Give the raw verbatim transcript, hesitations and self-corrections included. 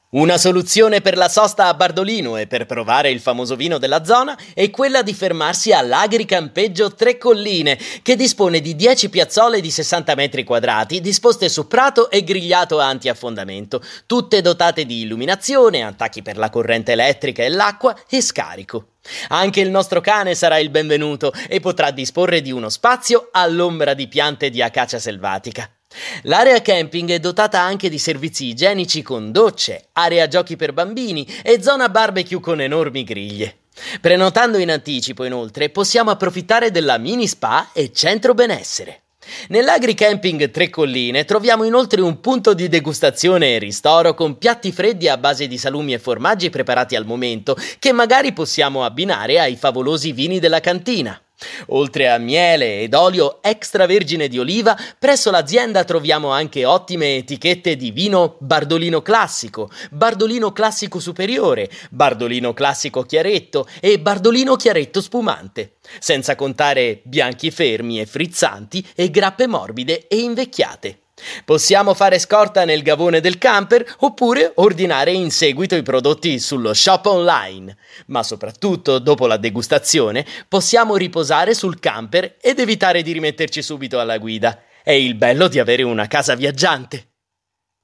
Una soluzione per la sosta a Bardolino e per provare il famoso vino della zona è quella di fermarsi all'agricampeggio Tre Colline, che dispone di dieci piazzole di sessanta metri quadrati disposte su prato e grigliato antiaffondamento, tutte dotate di illuminazione, attacchi per la corrente elettrica e l'acqua e scarico. Anche il nostro cane sarà il benvenuto e potrà disporre di uno spazio all'ombra di piante di acacia selvatica. L'area camping è dotata anche di servizi igienici con docce, area giochi per bambini e zona barbecue con enormi griglie. Prenotando in anticipo, inoltre, possiamo approfittare della mini spa e centro benessere. Nell'agricamping Tre Colline troviamo inoltre un punto di degustazione e ristoro con piatti freddi a base di salumi e formaggi preparati al momento, che magari possiamo abbinare ai favolosi vini della cantina. Oltre a miele ed olio extravergine di oliva, presso l'azienda troviamo anche ottime etichette di vino Bardolino Classico, Bardolino Classico Superiore, Bardolino Classico Chiaretto e Bardolino Chiaretto Spumante, senza contare bianchi fermi e frizzanti e grappe morbide e invecchiate. Possiamo fare scorta nel gavone del camper oppure ordinare in seguito i prodotti sullo shop online. Ma soprattutto, dopo la degustazione, possiamo riposare sul camper ed evitare di rimetterci subito alla guida. È il bello di avere una casa viaggiante.